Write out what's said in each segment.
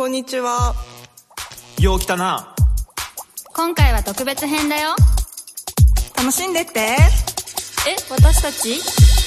こんにちは。 よう来たな。 今回は特別編だよ。 楽しんでって。 私たち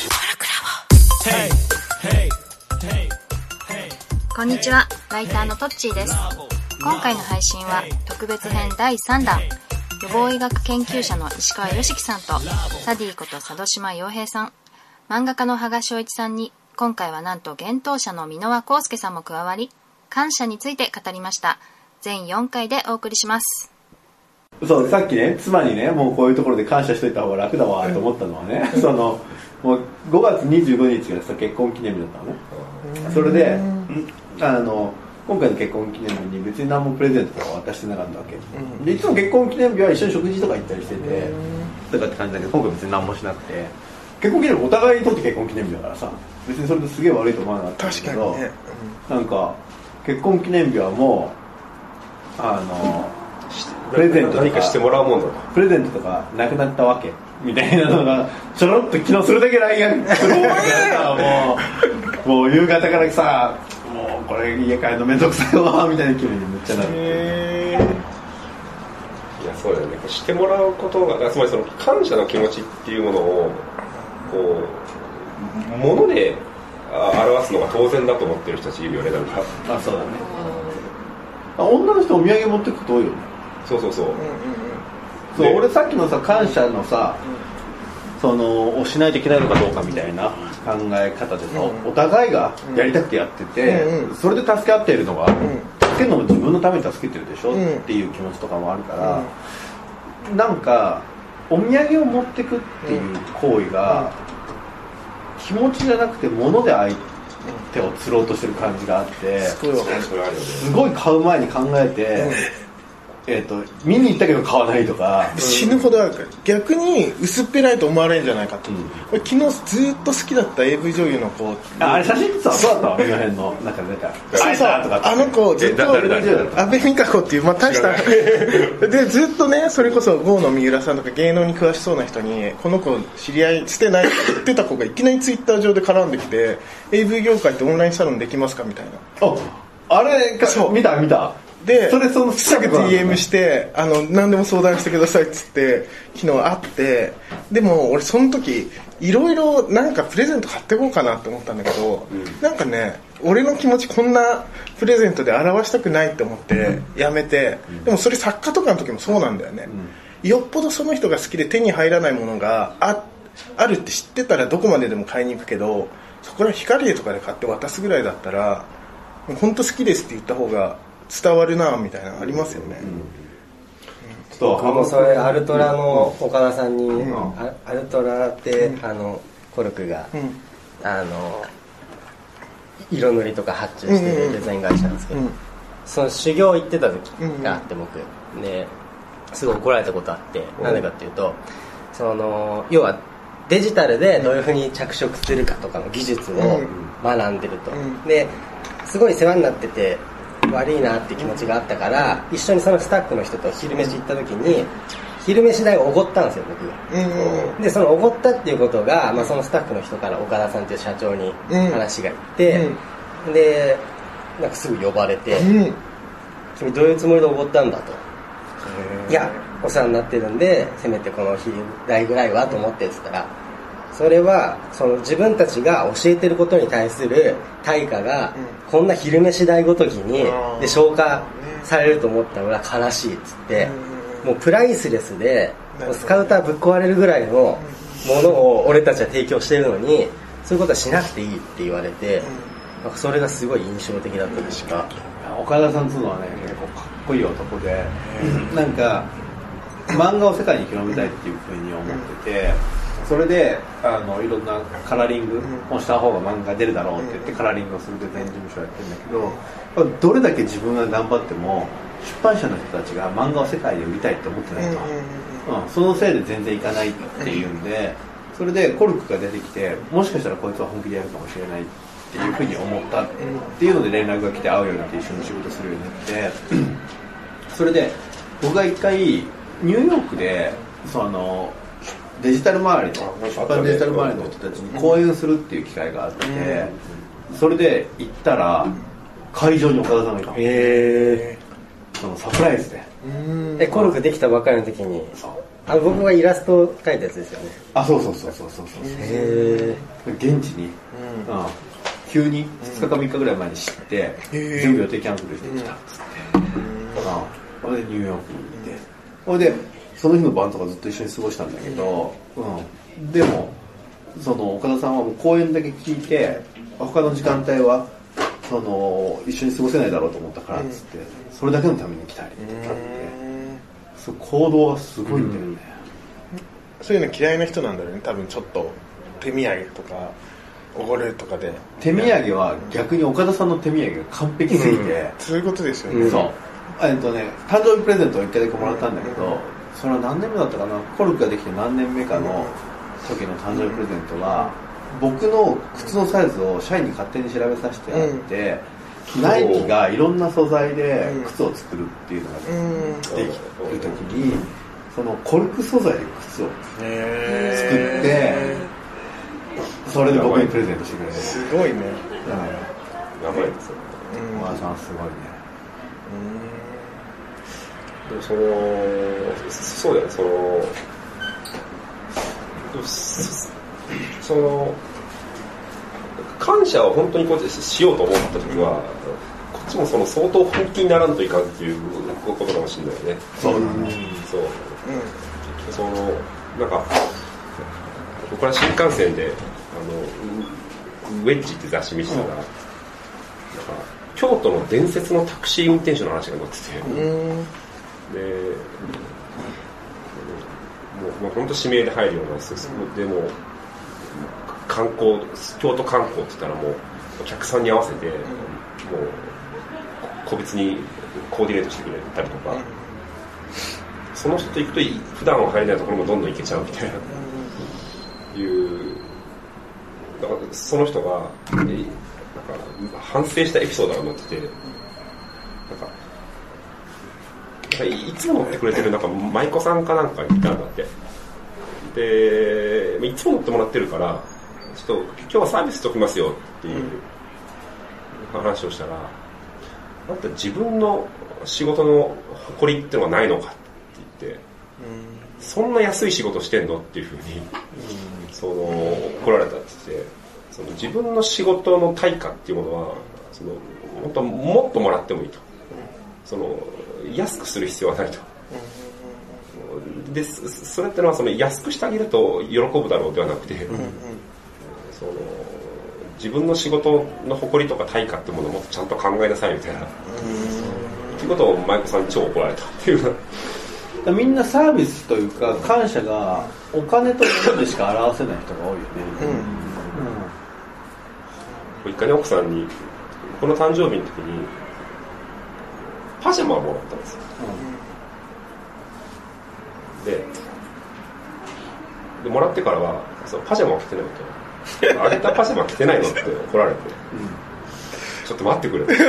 こんにちは、ライターのトッチーです。今回の配信は特別編第3弾、予防医学研究者の石川良樹さんとサディこと佐渡島洋平さん、漫画家の羽賀翔一さんに今回はなんと幻冬舎の箕輪康介さんも加わり、感謝について語りました。全4回でお送りします。 そう、さっきね、妻にね、もうこういうところで感謝しといた方が楽だわと思ったのはね、もう5月25日がさ結婚記念日だったのね。それで今回の結婚記念日に別に何もプレゼントとか渡してなかったわけで、いつも結婚記念日は一緒に食事とか行ったりしててとかって感じだけど、今回別に何もしなくて、結婚記念日お互いにとって結婚記念日だからさ、別にそれですげえ悪いと思わなかったんだけど、ね、なんか結婚記念日はもうプレゼントとか何かしてもらうもんだと、 プレゼントとかなくなったわけみたいなのがちょろっと昨日それだけ LINE が来るもう夕方からさ、もうこれ家帰るのめんどくさいわみたいな気分にめっちゃなる。 いや、そうだよね。してもらうことが、つまりその感謝の気持ちっていうものをこう物で表すのが当然だと思ってる人たちいるよね。なんかそうだね。女の人お土産持ってくと多いよね。 そう、 そう、俺さっきのさ感謝のさ、をしないといけないのかどうかみたいな考え方でさ、お互いがやりたくてやってて、それで助け合っているのが、助けるのも自分のために助けてるでしょ、っていう気持ちとかもあるから、なんかお土産を持ってくっていう行為が、気持ちじゃなくて物で相手を釣ろうとしてる感じがあって、すごい買う前に考えて、見に行ったけど買わないとか死ぬほどあるから、逆に薄っぺらいと思われるんじゃないかと、これ昨日ずっと好きだった AV 女優の子、 あれ写真さ、そうだったわ、あの辺のなんか出た、 あの子ずっと阿部美香子っていう、大したでずっとね、それこそ郷野三浦さんとか芸能に詳しそうな人に、この子知り合い捨てないって言ってた子がいきなりツイッター上で絡んできて、 AV 業界ってオンラインサロンできますかみたいな、 あれ見たで、すぐ DM して何でも相談してくださいっつって昨日会って、でも俺その時いろいろなんかプレゼント買ってこうかなって思ったんだけど、なんかね、俺の気持ちこんなプレゼントで表したくないって思ってやめて、でもそれ作家とかの時もそうなんだよね、よっぽどその人が好きで手に入らないものがあるって知ってたらどこまででも買いに行くけど、そこらヒカリエとかで買って渡すぐらいだったら本当好きですって言った方が伝わるなみたいなのありますよね。 僕もそれアルトラの岡田さんに、アルトラってコルクが、色塗りとか発注してるデザイン会社なんですけど、その修行行ってた時があって、僕ですごい怒られたことあって、なんでかっていうと、要はデジタルでどういうふうに着色するかとかの技術を学んでると、ですごい世話になってて悪いなって気持ちがあったから、一緒にそのスタッフの人と昼飯行った時に昼飯代をおごったんですよ、僕が。でそのおごったっていうことが、そのスタッフの人から岡田さんっていう社長に話がいって、でなんかすぐ呼ばれて、君どういうつもりでおごったんだと、いやお世話になってるんでせめてこの昼代ぐらいはと思ってって言ったら、それはその自分たちが教えてることに対する対価がこんな昼飯代ごときにで消化されると思ったら悲しいっつって、もうプライスレスでスカウターぶっ壊れるぐらいのものを俺たちは提供してるのに、そういうことはしなくていいって言われて、それがすごい印象的だったでしか。 岡田さんっていうのはね、結構かっこいい男で、なんか漫画を世界に広めたいっていうふうに思ってて、それでいろんなカラーリングをした方が漫画が出るだろうって言ってカラーリングをするデザイン事務所やってるんだけど、どれだけ自分が頑張っても出版社の人たちが漫画を世界で売りたいって思ってないと、そのせいで全然いかないっていうんで、それでコルクが出てきて、もしかしたらこいつは本気でやるかもしれないっていうふうに思ったっていうので連絡が来て会うようになって一緒に仕事するようになって、それで僕が一回ニューヨークでデジタル周りの出版デジタル周りの人たちに講演するっていう機会があって、それで行ったら会場に岡田さんがいたの。そのサプライズで。 コルクできたばっかりの時に、僕がイラストを描いたやつですよね。 そう現地に、急に2日か3日ぐらい前に知って、全部予定キャンセルしてきたっつって、それでニューヨークにいて、それでその日の晩とかずっと一緒に過ごしたんだけど、でもその岡田さんはもう公演だけ聞いて、他の時間帯はその一緒に過ごせないだろうと思ったからっつって、それだけのために来たりとかって、そう行動はすごいんだよね。 そういうの嫌いな人なんだよね、多分。ちょっと手土産とかおごるとかで。 手土産は逆に岡田さんの手土産が完璧すぎて、 そういうことですよね。 そう。誕生日プレゼントを1回だけもらったんだけど、それは何年目だったかな、コルクができて何年目かの時の誕生日プレゼントは、僕の靴のサイズを社員に勝手に調べさせてあって、ナイキがいろんな素材で靴を作るっていうのができる時に、そのコルク素材で靴を作って、それで僕にプレゼントしてくれる。 すごいね。 やばいですよ。 おばさんすごいね。 でもそうだよね、感謝を本当にこうしようと思った時は、こっちも相当本気にならんといかんっていうことかもしれないよね。 そうだね。 なんか僕は新幹線でウェッジって雑誌見てたら、なんか京都の伝説のタクシー運転手の話が載ってて、でもう本当指名で入るような、でも京都観光って言ったらもうお客さんに合わせて、もう個別にコーディネートしてくれたりとか、その人と行くと普段は入れないところもどんどん行けちゃうみたいな、だからその人がなんか反省したエピソードが載ってて、なんかいつも乗ってくれてるなんか舞妓さんかなんかいたんだって。でいつも乗ってもらってるから、ちょっと今日はサービスしときますよっていう話をしたら、なんか自分の仕事の誇りってのはないのかって言って、そんな安い仕事してんのっていうふうに怒られたって言って、自分の仕事の対価っていうものは本当もっともらってもいいと、安くする必要はないと。でそれってのは安くしてあげると喜ぶだろうではなくて、自分の仕事の誇りとか対価ってものをもっとちゃんと考えなさいみたいな、っていうことを舞妓さんに超怒られたっていう。 みんなサービスというか感謝がお金と物でしか表せない人が多いよね。 一回ね、奥さんにこの誕生日の時にパジャマをもらったんですよ。でもらってからはパジャマを着てないと、あげたパジャマ着てないのって怒られて、ちょっと待ってくれね、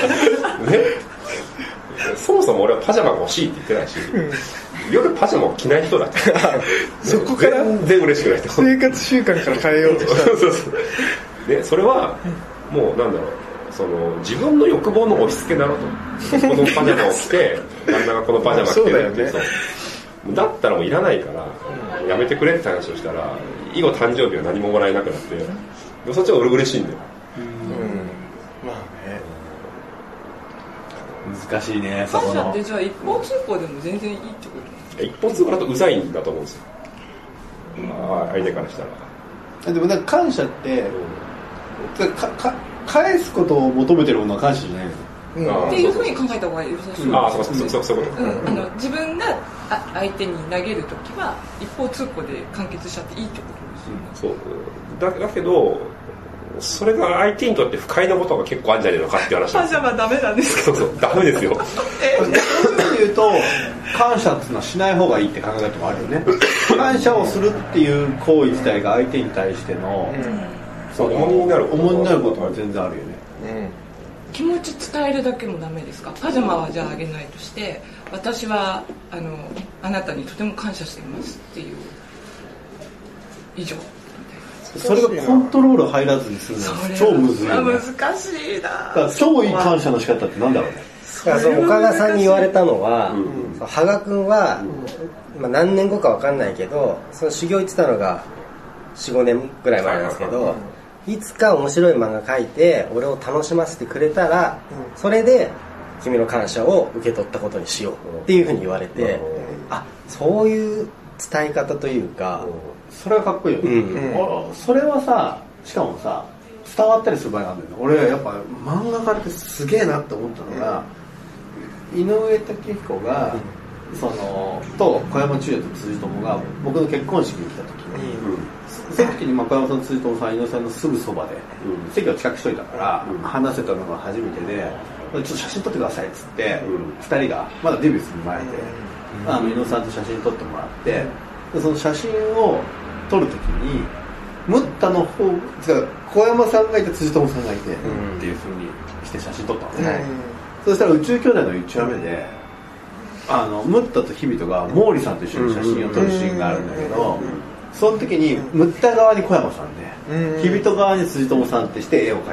そもそも俺はパジャマが欲しいって言ってないし、夜パジャマを着ない人だってそこから全然嬉しくないと、 生活習慣から変えようとしたそうでそれはもうなんだろう、自分の欲望の押し付けだろうと。このパジャマを着て旦那がこのパジャマ着てるっていう、だったらもういらないからやめてくれって話をしたら、以後誕生日は何ももらえなくなって、そっちは俺嬉しいんだよ。 まあね、 難しいね。 感謝ってじゃあ一方通行でも全然いいってこと？ 一方通行だとうざいんだと思うんですよ、相手からしたら。 でもなんか感謝って返すことを求めてるものは感謝じゃないの。 っていうふうに考えた方が良さそう。 そういうこと。 自分が相手に投げるときは一方通行で完結しちゃっていいってことですよね。 そうだけど、それが相手にとって不快なことが結構あるんじゃないのかっていう話なんですよ。 パジャマダメなんですか？ そうダメですよ。 そういう意味で言うと感謝っていうのはしない方がいいって考え方もあるよね。感謝をするっていう行為自体が相手に対しての重荷になることは全然あるよね。 気持ち伝えるだけもダメですか？パジャマはじゃああげないとして、私はあなたにとても感謝していますっていう以上みたいな。 それがコントロール入らずにするのは超むずいよね。 難しいな。 だから超いい感謝の仕方ってなんだろうね。 だからその岡田さんに言われたのは、羽賀君は、何年後か分かんないけど、その修行行ってたのが 4,5 年ぐらい前なんですけど、いつか面白い漫画描いて俺を楽しませてくれたら、それで君の感謝を受け取ったことにしようっていうふうに言われて、あ、そういう伝え方というか、 それはかっこいいよね、それはさ、しかもさ伝わったりする場合があるんだよね。俺やっぱ漫画家ってすげえなって思ったのが、井上武彦が、と小山中也と辻友が僕の結婚式に来た時に、その時に小山さん、辻友さん、井上さんのすぐそばで、席を近くしといたから、話せたのが初めてで、ちょっと写真撮ってくださいっつって、2人がまだデビューする前で、井上さんと写真撮ってもらって、でその写真を撮る時にムッタの方、小山さんがいて辻友さんがいて、っていう風にして写真撮ったんですね、そしたら宇宙兄弟の1話目でムッタと日比とが毛利さんと一緒に写真を撮るシーンがあるんだけど、その時にムッタ側に小山さんで、日比と側に辻友さんってして絵を描いたわ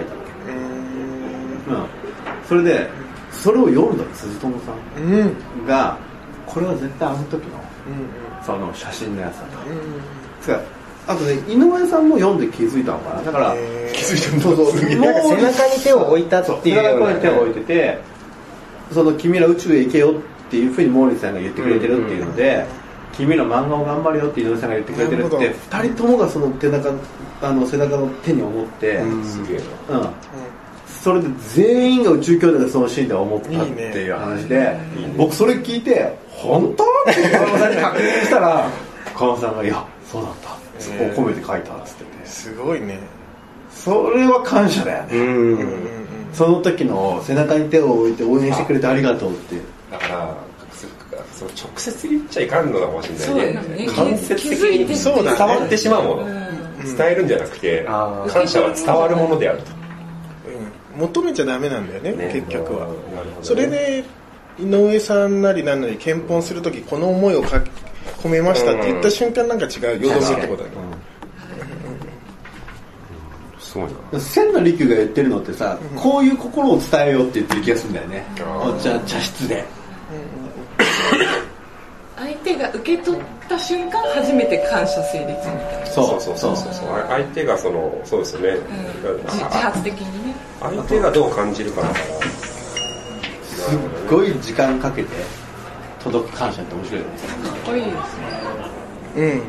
け、それでそれを読んだ辻友さんが、これは絶対あの時のその写真のやつだと、あとね、井上さんも読んで気づいたのかな。だから気づいたんだ。なんか背中に手を置いたっていうような、 背中に手を置いてて、君ら宇宙へ行けよっていうふうに毛利さんが言ってくれてるっていうので、君ら漫画を頑張るよって井上さんが言ってくれてるって、2人ともがその背中の手に思って、それで全員が宇宙兄弟でそのシーンで思ったっていう話で、僕それ聞いて本当って小山さんに確認したら、小山さんがいやそうだったってそこを込めて書いたっつってて、 すごいね。 それは感謝だよね。その時の背中に手を置いて応援してくれてありがとうって。 だからその直接言っちゃいかんのかもしれないね。間接的に伝わってしまうもの、伝えるんじゃなくて、感謝は伝わるものであると、 求めちゃダメなんだよね、結局は。それで井上さんなり何なり検本するとき、この思いを込めましたって言った瞬間、なんか違う、よどむってことだね。 すごいな。 千利休が言ってるのってさ、こういう心を伝えようって言ってる気がするんだよね。茶室で。 相手が受け取った瞬間初めて感謝成立みたいな。 そう相手がそうですよね、 自発的にね、 相手がどう感じるかだから、 すっごい時間かけて届く感謝って面白いよね。 かっこいいですね。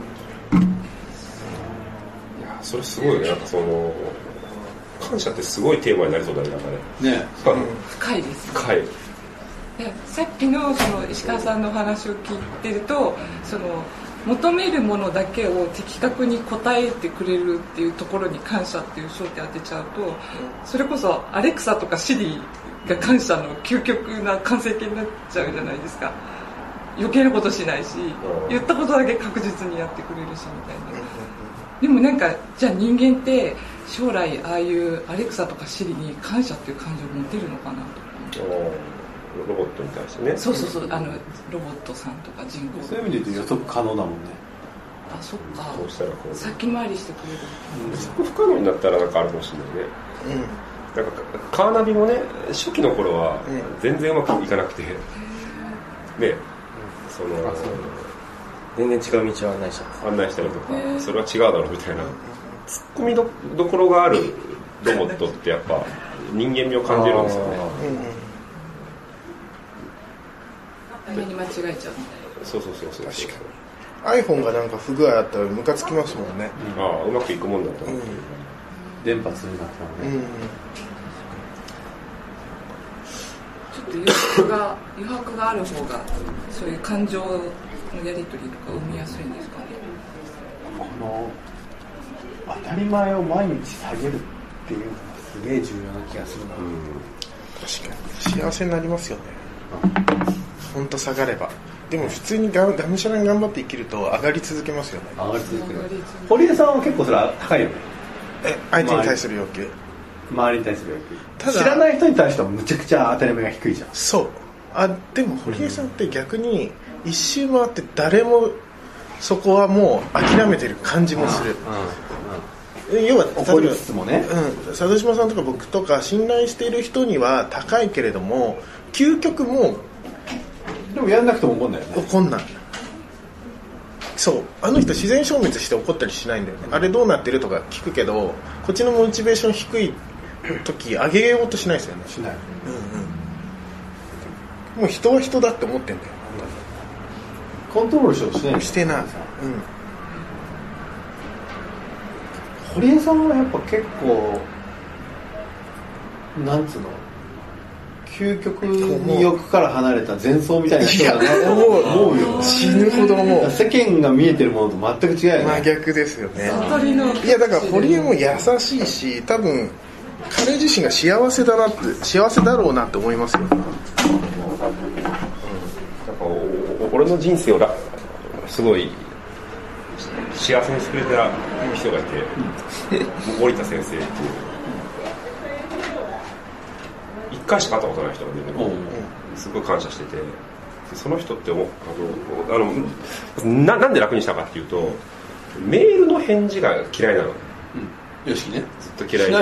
いやそれすごいね。なんか感謝ってすごいテーマになりそうだね。なんかね。 深いですね。 深い。 さっきの石川さんの話を聞いてると、求めるものだけを的確に答えてくれるっていうところに感謝っていう焦点当てちゃうと、それこそアレクサとかシリが感謝の究極な完成形になっちゃうじゃないですか。余計なことしないし、言ったことだけ確実にやってくれるしみたいな。でもなんかじゃあ人間って将来ああいうアレクサとかシリに感謝っていう感情を持てるのかなと思って。 ロボットに対してね。 そうロボットさんとか人工。 そういう意味で言うと予測可能だもんね。 あ、そっか。 そうしたら先回りしてくれる。 そこ不可能になったらなんかあるかもしれないね。なんかカーナビもね、初期の頃は全然うまくいかなくて、ね、 全然違う道を案内したりとか、それは違うだろうみたいなツッコミどころがあるロボットってやっぱ人間味を感じるんですよね。 ために間違えちゃうみたいな。 そう確かに iPhone がなんか不具合あったらムカつきますもんね。 うまくいくもんだと思う。 電波通になったのね。 ちょっと余白がある方がそういう感情のやり取りとか生みやすいんですかね。 当たり前を毎日下げるっていうのがすげえ重要な気がするな。 確かに幸せになりますよね。本当下がれば。でも普通にがむしゃらに頑張って生きると上がり続けますよね。 上がり続ける。堀江さんは結構それは高いよね。 相手に対する要求。 周りに対する要求。知らない人に対してはむちゃくちゃ当たり前が低いじゃん。 そう。でも堀江さんって逆に一周回って誰もそこはもう諦めてる感じもする。 要は怒りつつもね、 佐渡島さんとか僕とか信頼している人には高いけれども、究極もでもやんなくても怒んないよね。 怒んない。そう、あの人自然消滅して怒ったりしないんだよね、あれどうなってるとか聞くけど、こっちのモチベーション低い時上げようとしないですよね。 しない、 もう人は人だって思ってんだよ。 コントロールしようとしない。 してない。 堀江さんはやっぱ結構なんつうの、究極に欲から離れた前奏みたいな人だなと思うよ。 死ぬほど思う。 世間が見えてるものと全く違うよね。 真逆ですよね。 いやだから堀江も優しいし、多分彼自身が幸せだろうなって思いますよ。 俺の人生をすごい幸せにしてくれた人がいて、森田先生っていう一回しか会ったことない人がいるんだけど、すごい感謝してて、その人ってなんで楽にしたかっていうと、メールの返事が嫌いなの。 よしね、 ずっと嫌いで、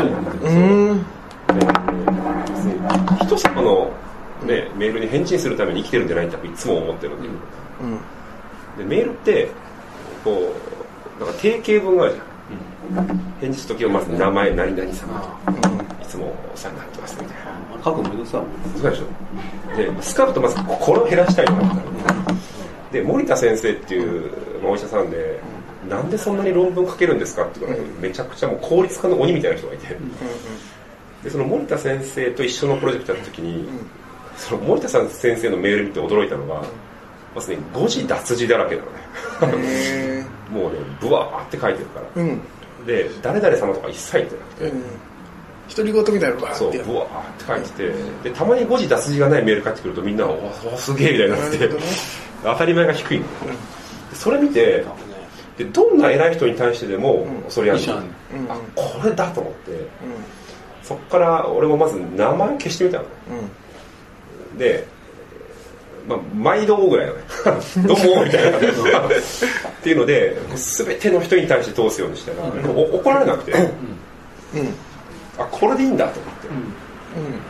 人様のね、メールに返信するために生きてるんじゃないっていつも思ってるんだけど、でメールってこうなんか定型文があるじゃん、返事するときはまず名前何々様、いつもお世話になってますみたいな、 書くんだけどさ、 そうでしょ。でスカウトまずこれを減らしたいと思ったので、森田先生っていうお医者さんで、なんでそんなに論文書けるんですかって言われて、めちゃくちゃもう効率化の鬼みたいな人がいて、でその森田先生と一緒のプロジェクトやった時に、その森田先生のメール見て驚いたのが、まずね誤字脱字だらけなのねもうねブワーって書いてるから、で誰々様とか一切言ってなくて、 独り言みたいなのがそうブワーって書いてて、でたまに誤字脱字がないメール返ってくるとみんなおすげえみたいになってて、当たり前が低いの、それ見て、でどんな偉い人に対してでもそれやるの、あこれだと思って、そっから俺もまず名前消してみたの、で、毎度ぐらいのねどうもみたいなっていうので全ての人に対して通すようにしたら、怒られなくて、あこれでいいんだと思って、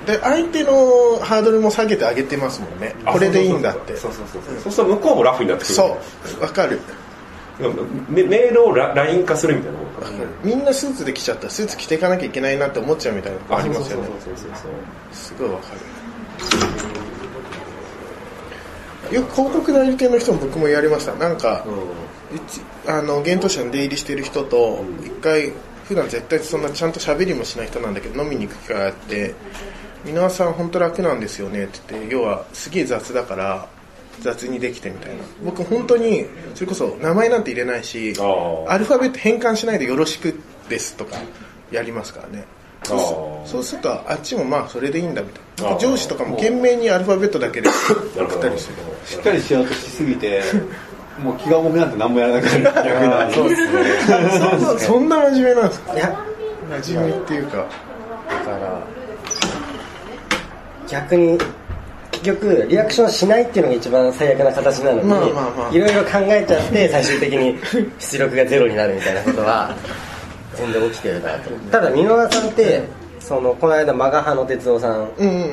で相手のハードルも下げてあげてますもんね。これでいいんだって。 そうすると向こうもラフになってくる。 そう分かる。 メールをライン化するみたいなもんか、 みんなスーツで来ちゃったらスーツ着ていかなきゃいけないなって思っちゃうみたいなのありますよね。すごい分かる。よく広告代理店の人も僕もやりました。なんか、幻冬舎に出入りしてる人と一回、普段絶対そんなちゃんと喋りもしない人なんだけど飲みに行く機会があって、皆さん本当楽なんですよねって言って、要はすげえ雑だから雑にできてみたいな。僕本当にそれこそ名前なんて入れないし、アルファベット変換しないでよろしくですとかやりますからね。そうするとあっちもまあそれでいいんだみたいな。上司とかも懸命にアルファベットだけで送ったりする。 しっかりしようとしすぎてもう気が重めなんて何もやらなくなる。逆にそうですね。 そんな真面目なんですか。いや真面目っていうか、 だから逆に結局リアクションしないっていうのが一番最悪な形なのに、いろいろ考えちゃって最終的に出力がゼロになるみたいなことは全然起きてるなと。ただ箕輪さんってこの間マガハの哲夫さんと会って、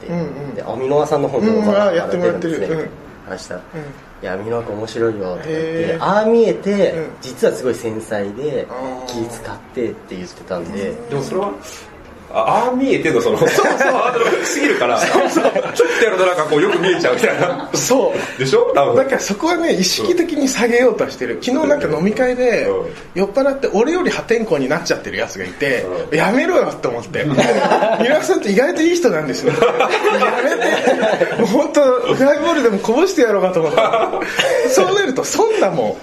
で箕輪さんの本もやってもらってる明日、いや箕輪君面白いよって言って、ああ見えて、実はすごい繊細で気使ってって言ってたんで、 でもそれはああ見えてんのそうハードルが低すぎるからちょっとやるとなんかこうよく見えちゃうみたいな。 そうでしょ。 だからそこはね意識的に下げようとしてる。昨日なんか飲み会で酔っ払って俺より破天荒になっちゃってるやつがいて、やめろよって思って。三輪さんって意外といい人なんですよ。やめて。もう本当フライボールでもこぼしてやろうかと思った。そうなると損だもん。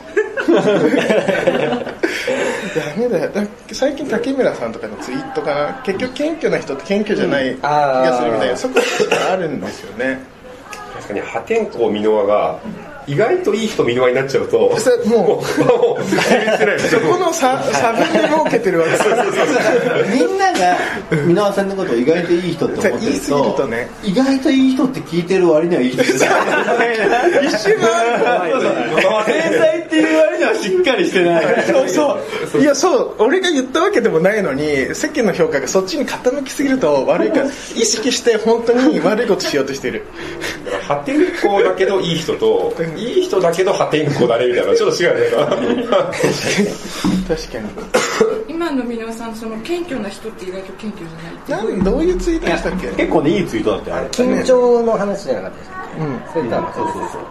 ダメだよ。最近竹村さんとかのツイートかな、結局謙虚な人って謙虚じゃない気がするみたいな、そこがあるんですよね。 確かに破天荒箕輪が意外といい人見舞いになっちゃうともうそこの差分で儲けてるわけですみんなが箕輪さんのことを意外といい人って思ってる言い過ぎるとね、 意外といい人って聞いてる割にはいい人です一瞬は天才っていう割にはしっかりしてないそういやそう俺が言ったわけでもないのに世間の評価がそっちに傾きすぎると悪いから意識して本当に悪いことしようとしてる。 だから破天荒だけどいい人といい人だけど破天荒だねみたいなちょっと違うね確かに今の箕輪さんその謙虚な人って意外と謙虚じゃないってどういうツイートでしたっけ。 結構ねいいツイートだってあれ緊張の話じゃなかったですか、そういったそうどんなんだったか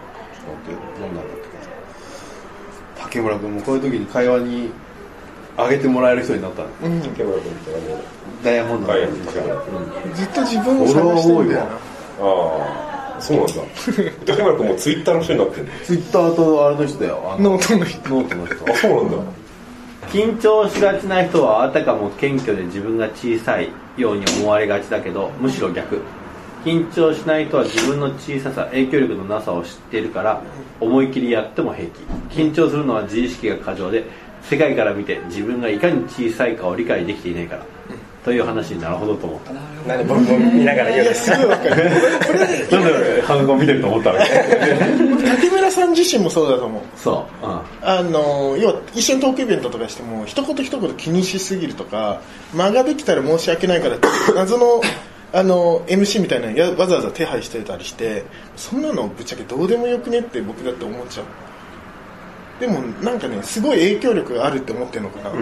竹村君もこういう時に会話に上げてもらえる人になったの、 竹村君みたいなねダイヤモンドの感じが、 ずっと自分を探してるんだよな。 ああそうなんだ竹村君もツイッターの人になってるの。 ツイッターとあれの人だよノートの人あそうなんだ。 緊張しがちな人はあたかも謙虚で自分が小さいように思われがちだけどむしろ逆。緊張しない人は自分の小ささ影響力のなさを知っているから思い切りやっても平気。緊張するのは自意識が過剰で世界から見て自分がいかに小さいかを理解できていないから、という話になるほどと思った。 なんで僕も見ながら言うんですか。 すごいわかる。 なんで反応見てると思ったの竹村さん自身もそうだと思う。 そう、 要は一緒にトークイベントとかしても一言一言気にしすぎるとか間ができたら申し訳ないから謎のMC みたいなのわざわざ手配してたりしてそんなのぶっちゃけどうでもよくねって僕だって思っちゃう。でもなんかねすごい影響力があるって思ってるのかな。 そう、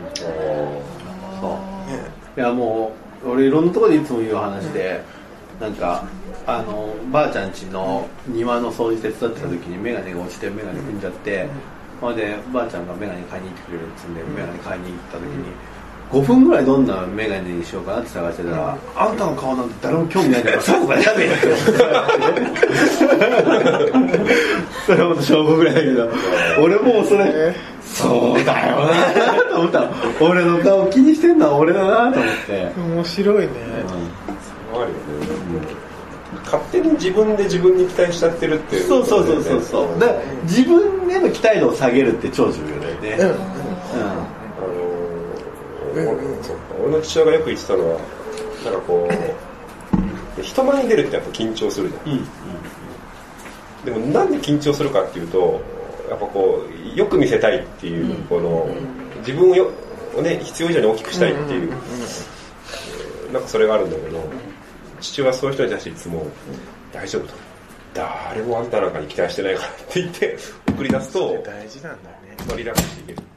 いやもう俺いろんなところでいつも言う話で、なんかばあちゃん家の庭の掃除手伝ってた時にメガネが落ちてメガネ踏んじゃって、それでばあちゃんがメガネ買いに行ってくれるっつんでメガネ買いに行った時に5分ぐらいどんなメガネにしようかなって探してたら、あんたの顔なんて誰も興味ないんだから最後から選べよってそれほんと勝負ぐらいだけど俺もうそれそうだよなと思った。俺の顔気にしてんのは俺だなと思って面白いね、 あるよね、勝手に自分で自分に期待しちゃってるっていう、 そうだから自分への期待度を下げるって超重要だよね。 俺の父親がよく言ってたのはなんかこう人前に出るってやっぱ緊張するじゃん、でもなんで緊張するかっていうとやっぱこうよく見せたいっていう、この自分をね、必要以上に大きくしたいっていう、なんかそれがあるんだけど、父はそういう人に対していつも大丈夫と、誰もあんたなんかに期待してないからって言って送り出すと大事なんだね。 リラックスしていける。